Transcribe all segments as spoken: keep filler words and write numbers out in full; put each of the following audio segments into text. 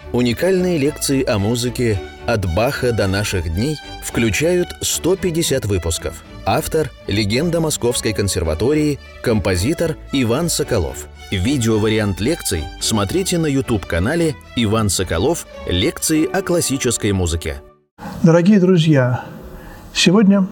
Уникальные лекции о музыке «От Баха до наших дней» включают сто пятьдесят выпусков. Автор – легенда Московской консерватории, композитор Иван Соколов. Видеовариант лекций смотрите на YouTube-канале «Иван Соколов. Лекции о классической музыке». Дорогие друзья, сегодня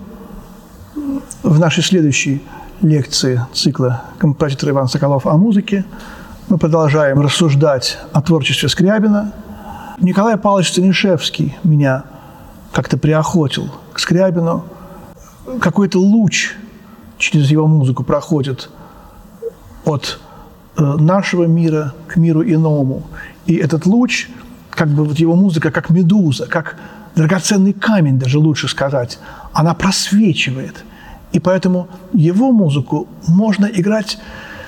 в нашей следующей лекции цикла композитора Иван Соколов о музыке мы продолжаем рассуждать о творчестве Скрябина. Николай Павлович Станишевский меня как-то приохотил к Скрябину. Какой-то луч через его музыку проходит от нашего мира к миру иному. И этот луч, как бы вот его музыка, как медуза, как драгоценный камень, даже лучше сказать, она просвечивает. И поэтому его музыку можно играть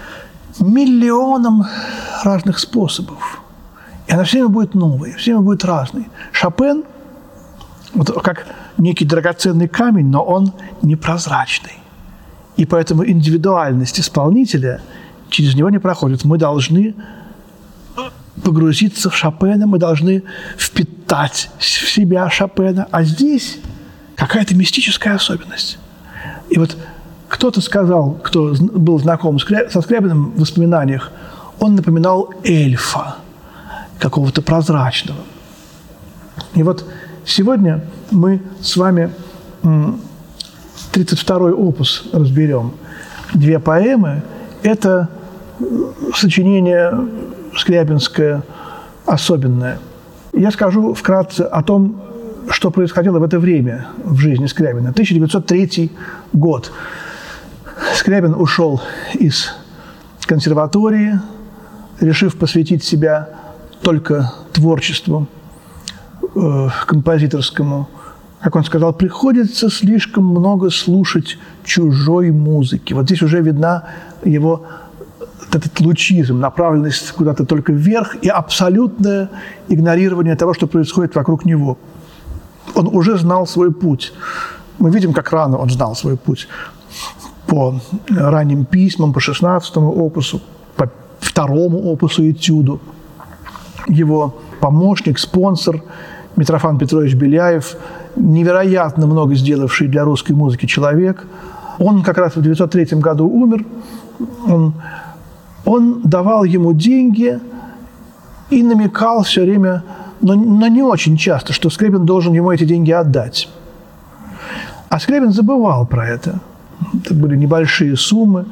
миллионом разных способов. И она все время будет новой, все время будет разной. Шопен, вот как некий драгоценный камень, но он непрозрачный. И поэтому индивидуальность исполнителя через него не проходит. Мы должны погрузиться в Шопена, мы должны впитать в себя Шопена. А здесь какая-то мистическая особенность. И вот кто-то сказал, кто был знаком со Скрябиным в воспоминаниях, он напоминал эльфа, какого-то прозрачного. И вот сегодня мы с вами тридцать второй опус разберем. Две поэмы – это сочинение скрябинское особенное. Я скажу вкратце о том, что происходило в это время в жизни Скрябина. тысяча девятьсот третий год. Скрябин ушел из консерватории, решив посвятить себя только творчеству э, композиторскому. Как он сказал, приходится слишком много слушать чужой музыки. Вот здесь уже видна его этот лучизм, направленность куда-то только вверх и абсолютное игнорирование того, что происходит вокруг него. Он уже знал свой путь. Мы видим, как рано он знал свой путь. По ранним письмам, по шестнадцатому опусу, по второму опусу «Этюду». Его помощник, спонсор Митрофан Петрович Беляев, невероятно много сделавший для русской музыки человек. Он как раз в девятьсот третьем году умер. Он, он давал ему деньги и намекал все время, но, но не очень часто, что Скрябин должен ему эти деньги отдать. А Скрябин забывал про это. Это были небольшие суммы.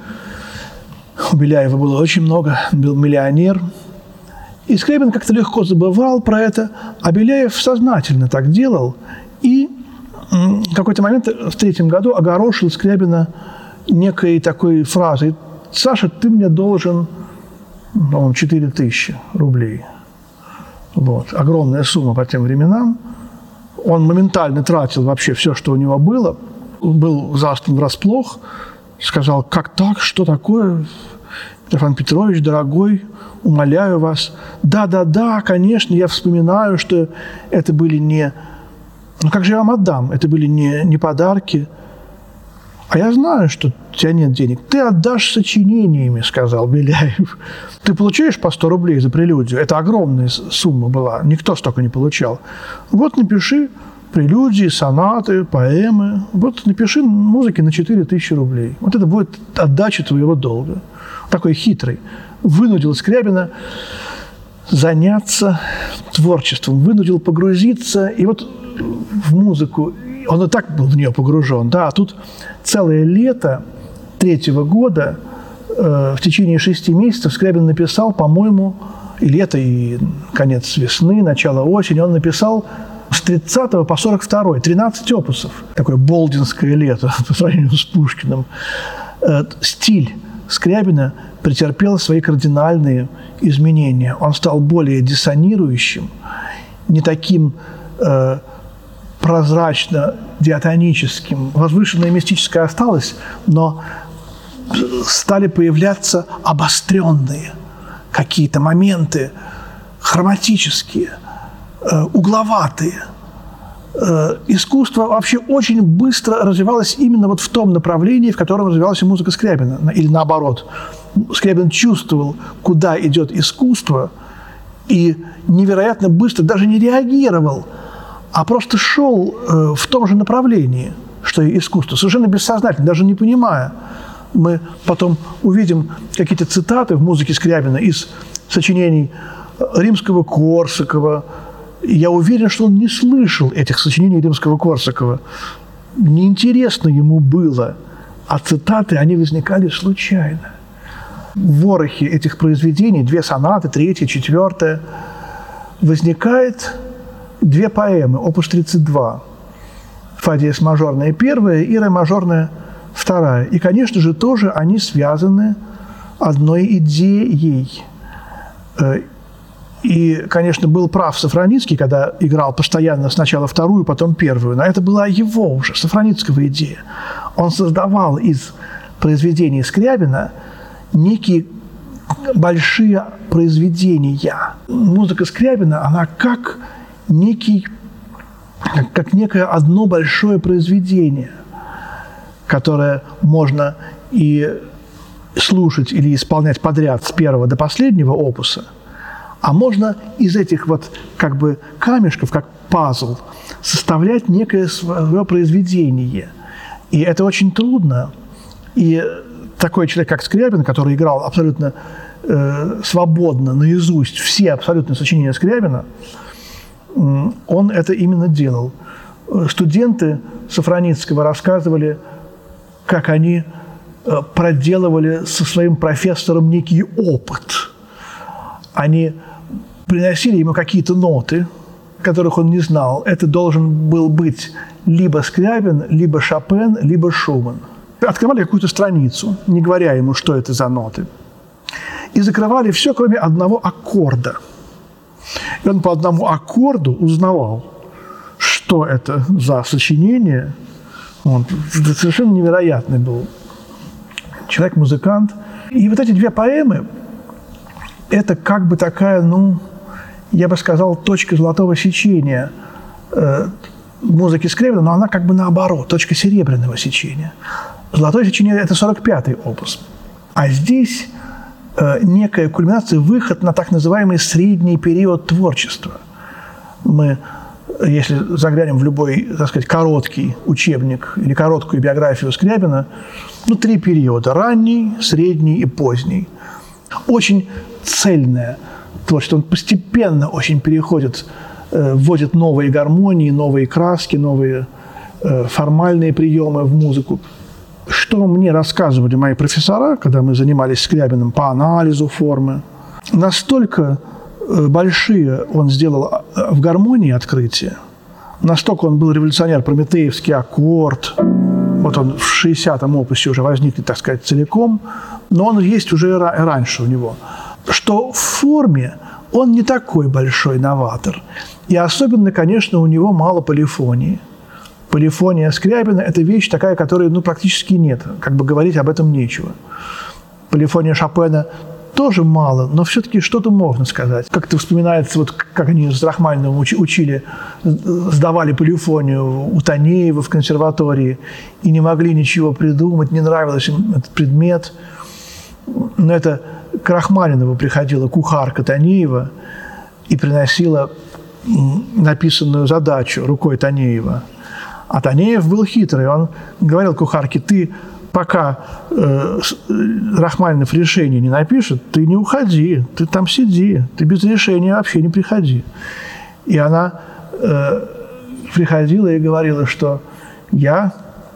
У Беляева было очень много, он был миллионер. И Скрябин как-то легко забывал про это, а Беляев сознательно так делал. И в какой-то момент в третьем году огорошил Скрябина некой такой фразой: «Саша, ты мне должен, по-моему, четыре тысячи рублей». Вот. Огромная сумма по тем временам. Он моментально тратил вообще все, что у него было. Был застан врасплох, сказал: «Как так? Что такое? Митрофан Петрович, дорогой, умоляю вас». «Да-да-да, конечно, я вспоминаю, что это были не... Ну, как же я вам отдам? Это были не, не подарки. А я знаю, что у тебя нет денег. Ты отдашь сочинениями», – сказал Беляев. «Ты получаешь по сто рублей за прелюдию?» Это огромная сумма была. Никто столько не получал. «Вот напиши прелюдии, сонаты, поэмы. Вот напиши музыки на четыре тысячи рублей. Вот это будет отдача твоего долга». Такой хитрый. Вынудил Скрябина заняться творчеством, вынудил погрузиться. И вот в музыку он и так был в нее погружен. Да, а тут целое лето третьего года, э, в течение шести месяцев Скрябин написал, по-моему, и лето, и конец весны, начало осени, он написал с тридцатого по сорок второй, тринадцать опусов. Такое болдинское лето по сравнению с Пушкиным. Э, стиль Скрябина претерпел свои кардинальные изменения. Он стал более диссонирующим, не таким э, прозрачно-диатоническим. Возвышенное мистическое осталось, но стали появляться обостренные какие-то моменты, хроматические, э, угловатые. Искусство вообще очень быстро развивалось именно вот в том направлении, в котором развивалась музыка Скрябина. Или наоборот. Скрябин чувствовал, куда идет искусство, и невероятно быстро даже не реагировал, а просто шел э, в том же направлении, что и искусство, совершенно бессознательно, даже не понимая. Мы потом увидим какие-то цитаты в музыке Скрябина из сочинений Римского-Корсакова. Я уверен, что он не слышал этих сочинений Римского-Корсакова. Неинтересно ему было, а цитаты, они возникали случайно. В ворохе этих произведений, две сонаты, третья, четвертая, возникает две поэмы, опус тридцать два. Фа диез мажорная первая и ре мажорная вторая. И, конечно же, тоже они связаны одной идеей. И, конечно, был прав Сафроницкий, когда играл постоянно сначала вторую, потом первую. Но это была его уже, Сафроницкого идея. Он создавал из произведений Скрябина некие большие произведения. Музыка Скрябина, она как некий, как, как некое одно большое произведение, которое можно и слушать или исполнять подряд с первого до последнего опуса, а можно из этих вот как бы камешков, как пазл, составлять некое свое произведение. И это очень трудно. И такой человек, как Скрябин, который играл абсолютно э, свободно, наизусть все абсолютно сочинения Скрябина, э, он это именно делал. Студенты Сафроницкого рассказывали, как они э, проделывали со своим профессором некий опыт. Они приносили ему какие-то ноты, которых он не знал. Это должен был быть либо Скрябин, либо Шопен, либо Шуман. Открывали какую-то страницу, не говоря ему, что это за ноты, и закрывали все, кроме одного аккорда. И он по одному аккорду узнавал, что это за сочинение. Он совершенно невероятный был человек-музыкант. И вот эти две поэмы – это как бы такая, ну, я бы сказал, точка золотого сечения э, музыки Скрябина, но она как бы наоборот, точка серебряного сечения. Золотое сечение – это сорок пятый опус. А здесь э, некая кульминация, выход на так называемый средний период творчества. Мы, если заглянем в любой, так сказать, короткий учебник или короткую биографию Скрябина, ну, три периода – ранний, средний и поздний. Очень цельное творчество. Он постепенно очень переходит, э, вводит новые гармонии, новые краски, новые э, формальные приемы в музыку. Что мне рассказывали мои профессора, когда мы занимались Скрябиным по анализу формы, настолько большие он сделал в гармонии открытия, настолько он был революционер, прометеевский аккорд, вот он в шестидесятом опусе уже возник, так сказать, целиком, но он есть уже раньше у него, что в форме он не такой большой новатор. И особенно, конечно, у него мало полифонии. Полифония Скрябина – это вещь такая, которой ну, практически нет. Как бы говорить об этом нечего. Полифония Шопена тоже мало, но все-таки что-то можно сказать. Как-то вспоминается, вот, как они с Рахманиновым учили, сдавали полифонию у Танеева в консерватории и не могли ничего придумать, не нравился им этот предмет. Но это к Рахманинову приходила кухарка Танеева и приносила написанную задачу рукой Танеева. А Танеев был хитрый. Он говорил кухарке: ты пока э, Рахманинов решение не напишет, ты не уходи, ты там сиди, ты без решения вообще не приходи. И она э, приходила и говорила, что я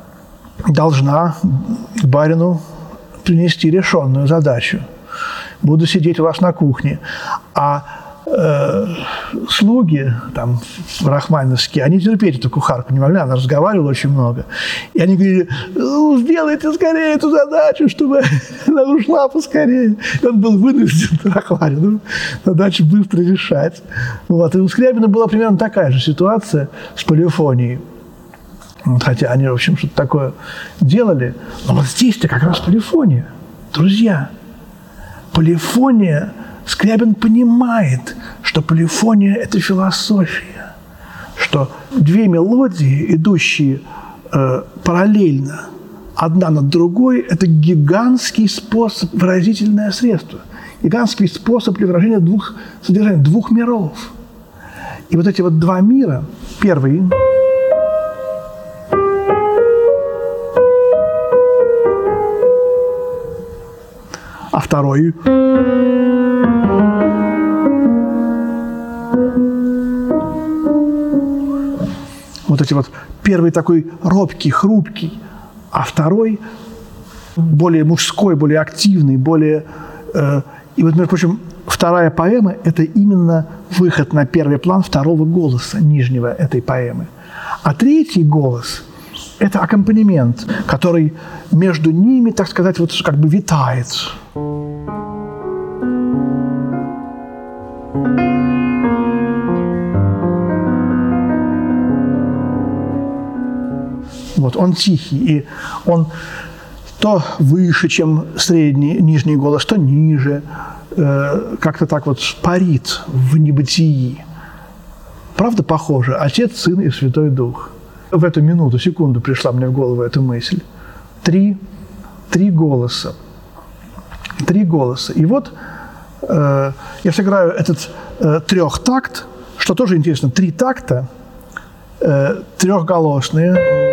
должна барину принести решенную задачу. Буду сидеть у вас на кухне. А Э, слуги, там, рахманиновские, они терпеть эту кухарку не могли, она разговаривала очень много. И они говорили: ну, сделайте скорее эту задачу, чтобы она ушла поскорее. И он был вынужден, Рахманинов, задачу быстро решать. Вот. И у Скрябина была примерно такая же ситуация с полифонией. Вот, хотя они, в общем, что-то такое делали. Но вот здесь-то как раз полифония. Друзья, полифония... Скрябин понимает, что полифония – это философия, что две мелодии, идущие э, параллельно, одна над другой – это гигантский способ, выразительное средство. гигантский способ для выражения двух содержаний, двух миров. И вот эти вот два мира, первый, а второй, вот эти вот, первый такой робкий, хрупкий, а второй более мужской, более активный, более... Э, и вот, между прочим, вторая поэма – это именно выход на первый план второго голоса, нижнего этой поэмы. А третий голос – это аккомпанемент, который между ними, так сказать, вот как бы витает. Вот, он тихий, и он то выше, чем средний, нижний голос, то ниже, э, как-то так вот парит в небытии. Правда похоже? Отец, Сын и Святой Дух. В эту минуту, секунду пришла мне в голову эта мысль. Три, три голоса. Три голоса. И вот э, я сыграю этот э, трехтакт, что тоже интересно, три такта, э, трехголосные.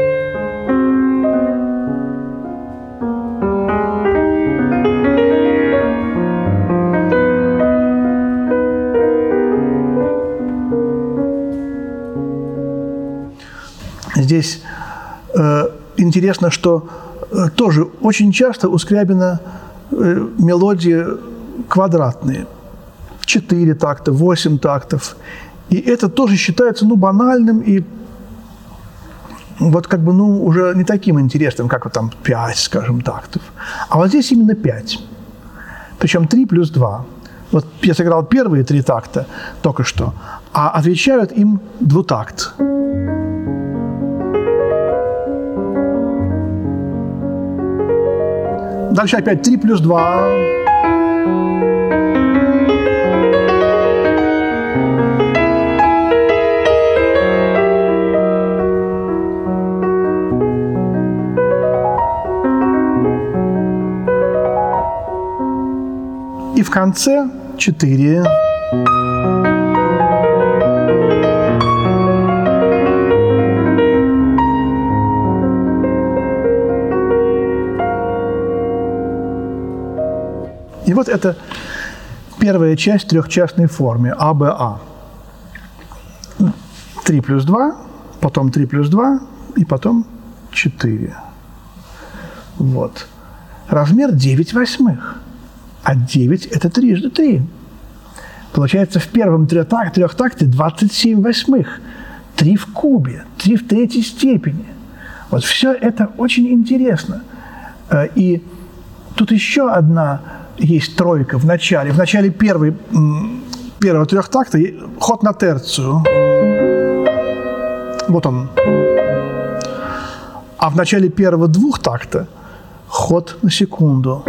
Здесь э, интересно, что э, тоже очень часто у Скрябина э, мелодии квадратные. Четыре такта, восемь тактов. И это тоже считается, ну, банальным и вот как бы, ну, уже не таким интересным, как вот там пять, скажем, тактов. А вот здесь именно пять. Причем три плюс два. Вот я сыграл первые три такта только что, а отвечают им двутакт. Дальше опять три плюс два. И в конце четыре. И вот это первая часть в трехчастной форме А Б А. три плюс два, потом три плюс два и потом четыре. Вот. Размер девять восьмых. А девять – это трижды три. Получается, в первом трехтакте двадцать семь восьмых. три в кубе, три в третьей степени. Вот все это очень интересно. И тут еще одна есть тройка в начале. В начале первой, первого трехтакта ход на терцию. Вот он. А в начале первого двухтакта ход на секунду.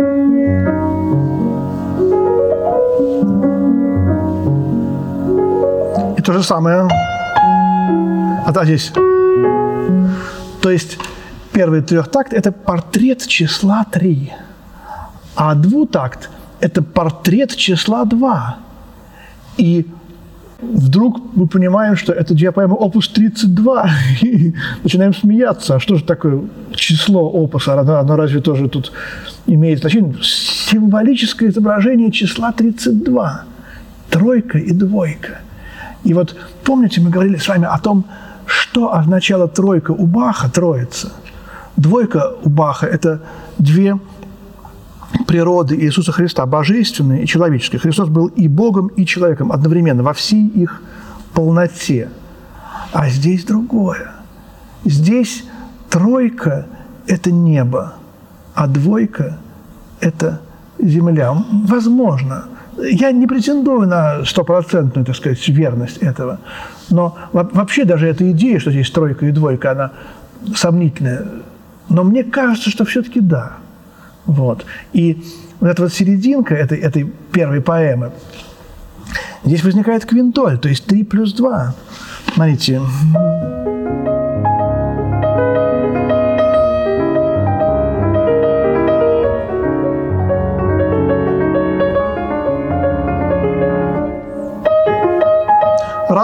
И то же самое. А да, здесь. То есть первый трехтакт – это портрет числа три. А двутакт – это портрет числа два. И вдруг мы понимаем, что это я поэма опус тридцать два. И начинаем смеяться. А что же такое число опуса? Оно, оно разве тоже тут имеет значение? Символическое изображение числа тридцать два. Тройка и двойка. И вот помните, мы говорили с вами о том, что означала тройка у Баха, троица. Двойка у Баха – это две природы Иисуса Христа, божественной и человеческой. Христос был и Богом, и человеком одновременно, во всей их полноте. А здесь другое. Здесь тройка – это небо, а двойка – это земля. Возможно. Я не претендую на стопроцентную, так сказать, верность этого. Но вообще даже эта идея, что здесь тройка и двойка, она сомнительная. Но мне кажется, что все-таки да. Вот. И вот эта вот серединка этой, этой первой поэмы, здесь возникает квинтоль, то есть три плюс два. Смотрите.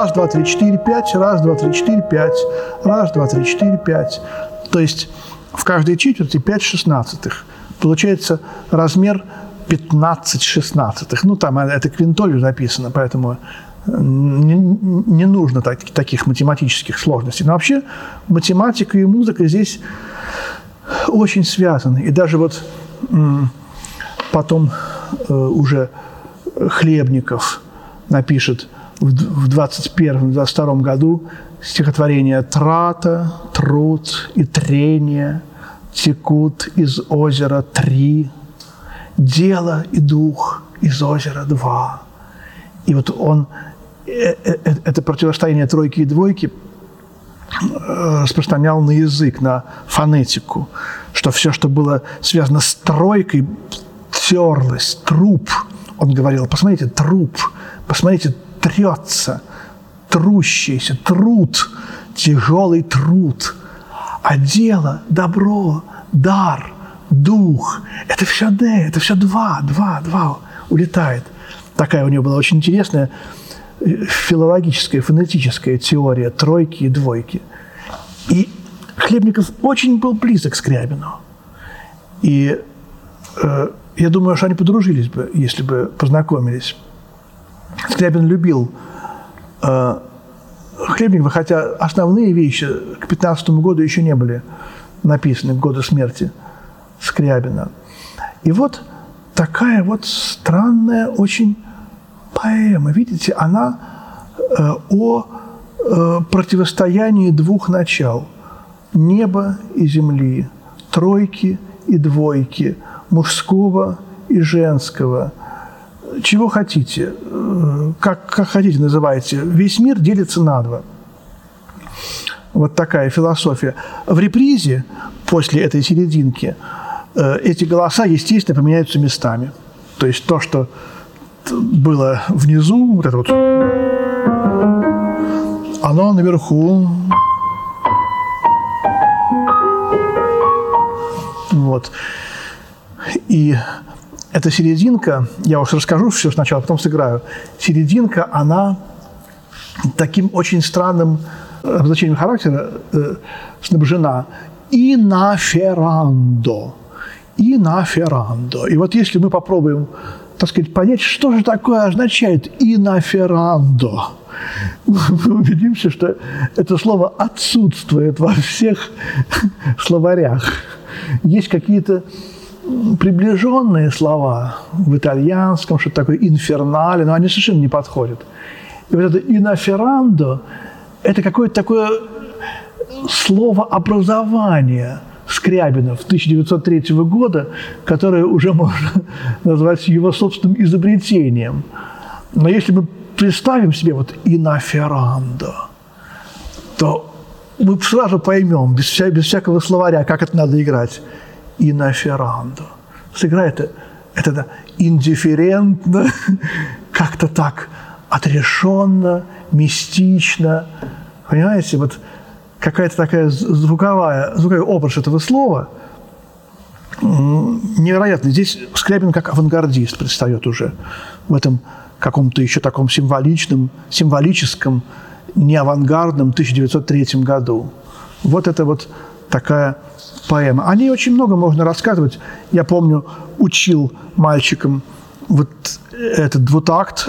раз, два, три, четыре, пять, раз, два, три, четыре, пять, раз, два, три, четыре, пять. То есть в каждой четверти пять шестнадцатых. Получается размер пятнадцать шестнадцатых. Ну, там это квинтолью записано, поэтому не, не нужно так, таких математических сложностей. Но вообще математика и музыка здесь очень связаны. И даже вот потом уже Хлебников напишет в двадцать первом — двадцать втором году стихотворение «Трата, труд и трение текут из озера три, дело и дух из озера два». И вот он, это противостояние тройки и двойки распространял на язык, на фонетику, что все, что было связано с тройкой, терлось, труп. Он говорил: посмотрите, труп, посмотрите, трется, трущийся, труд, тяжелый труд. А дело, добро, дар, дух – это все «д», это все два, два, два улетает. Такая у него была очень интересная филологическая, фонетическая теория тройки и двойки. И Хлебников очень был близок к Скрябину. И э, я думаю, что они подружились бы, если бы познакомились. Скрябин любил э, Хлебникова, хотя основные вещи к пятнадцатому году еще не были написаны, к году смерти Скрябина. И вот такая вот странная очень поэма. Видите, она э, о э, противостоянии двух начал. Неба и земли, тройки и двойки, мужского и женского. Чего хотите, как, как хотите называйте. Весь мир делится на два. Вот такая философия. В репризе, после этой серединки, эти голоса, естественно, поменяются местами. То есть то, что было внизу, вот это вот, оно наверху. Вот. И эта серединка, я уж расскажу все сначала, потом сыграю. Серединка, она таким очень странным обозначением характера э, снабжена. Инаферандо. Инаферандо. И вот если мы попробуем, так сказать, понять, что же такое означает инаферандо, мы убедимся, что это слово отсутствует во всех словарях. Есть какие-то приближенные слова в итальянском, что такое инфернале, но они совершенно не подходят. И вот это инаферандо – это какое-то такое словообразование Скрябина в тысяча девятьсот третьего года, которое уже можно назвать его собственным изобретением. Но если мы представим себе вот инаферандо, то мы сразу поймем, без, вся, без всякого словаря, как это надо играть. Инаферандо. Сыграй это, это индифферентно, как-то так отрешенно, мистично. Понимаете, вот какая-то такая звуковая, звуковой образ этого слова невероятно. Здесь Скрябин как авангардист предстает уже в этом каком-то еще таком символичном, символическом, не авангардном тысяча девятьсот третьем году. Вот это вот такая поэма. О ней очень много можно рассказывать. Я помню, учил мальчикам вот этот двутакт.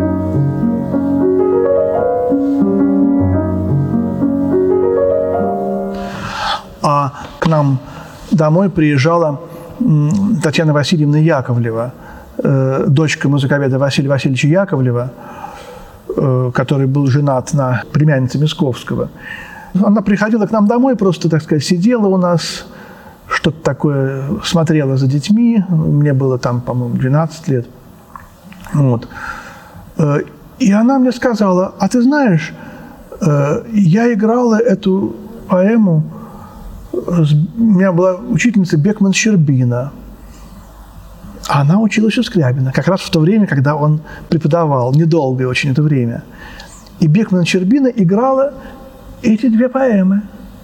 А к нам домой приезжала Татьяна Васильевна Яковлева, дочка музыковеда Василия Васильевича Яковлева, который был женат на племяннице Мясковского. Она приходила к нам домой, просто, так сказать, сидела у нас, что-то такое смотрела за детьми. Мне было там, по-моему, двенадцать лет. Вот. И она мне сказала: а ты знаешь, я играла эту поэму, у меня была учительница Бекман-Щербина. Она училась у Скрябина, как раз в то время, когда он преподавал, недолгое очень это время. И Бекман-Щербина играла эти две поэмы.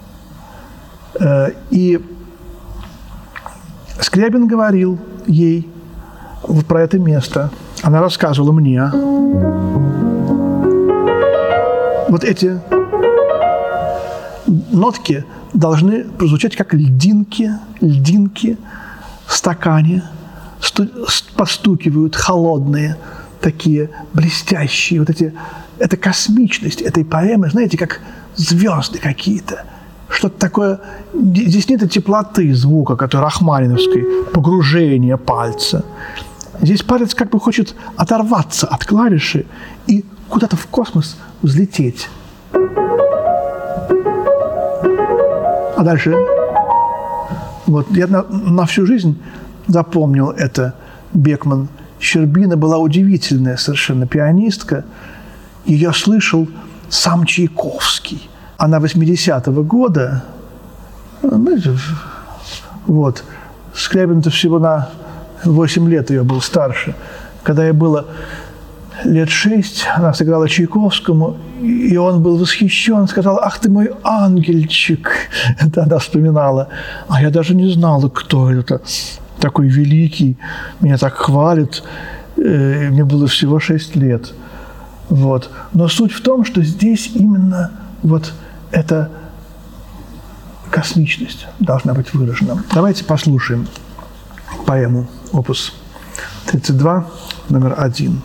И Скрябин говорил ей про это место. Она рассказывала мне. вот эти нотки должны прозвучать как льдинки, льдинки в стакане, постукивают холодные, такие блестящие. Вот эти, эта космичность этой поэмы, знаете, как звезды какие-то. Что-то такое, здесь нет теплоты звука, который рахманиновской, погружение пальца. Здесь палец как бы хочет оторваться от клавиши и куда-то в космос взлететь. А дальше, вот я на, на всю жизнь запомнил это. Бекман. Щербина была удивительная совершенно пианистка. Ее слышал сам Чайковский. Она восьмидесятого года, вот, Скрябин-то всего на восемь лет ее был старше. Когда ей было лет шесть, она сыграла Чайковскому, и он был восхищен, сказал: «Ах ты мой ангельчик!» Это она вспоминала. А я даже не знала, кто это. Такой великий, меня так хвалит. Мне было всего шесть лет. Вот. Но суть в том, что здесь именно вот эта космичность должна быть выражена. Давайте послушаем поэму опус тридцать два, номер один.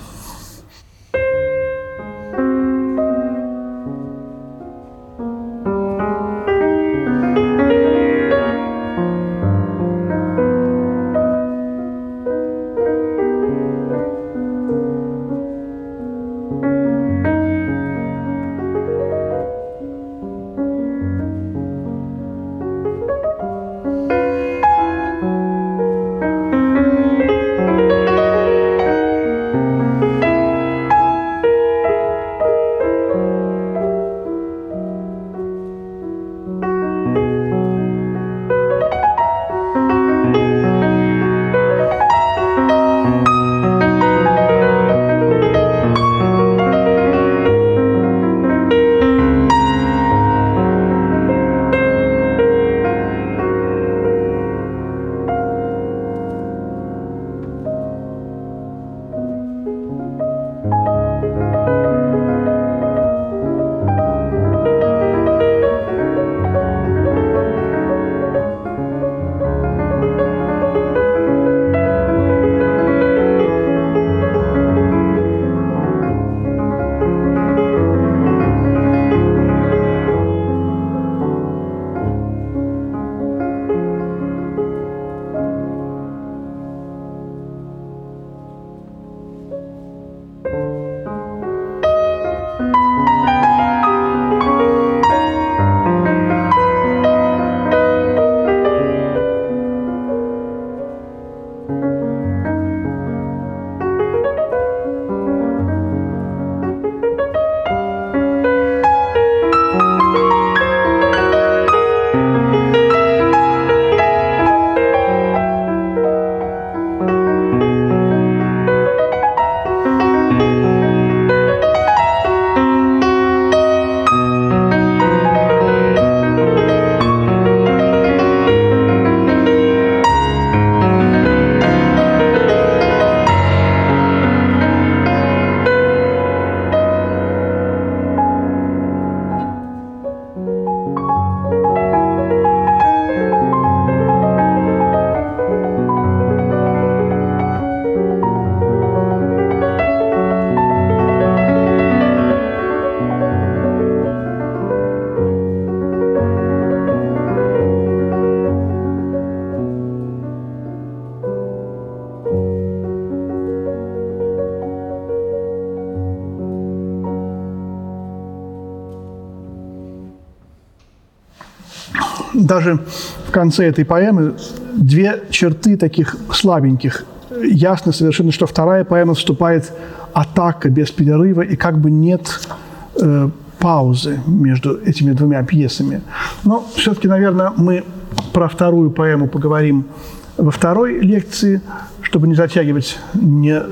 Даже в конце этой поэмы две черты таких слабеньких. Ясно совершенно, что вторая поэма вступает атака без перерыва, и как бы нет э, паузы между этими двумя пьесами. Но все-таки, наверное, мы про вторую поэму поговорим во второй лекции, чтобы не затягивать, не,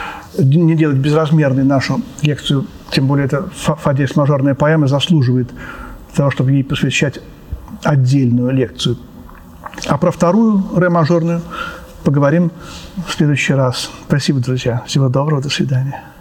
не делать безразмерной нашу лекцию. Тем более, эта фа диез мажорная поэма заслуживает того, чтобы ей посвящать отдельную лекцию. А про вторую ре мажорную поговорим в следующий раз. Спасибо, друзья. Всего доброго. До свидания.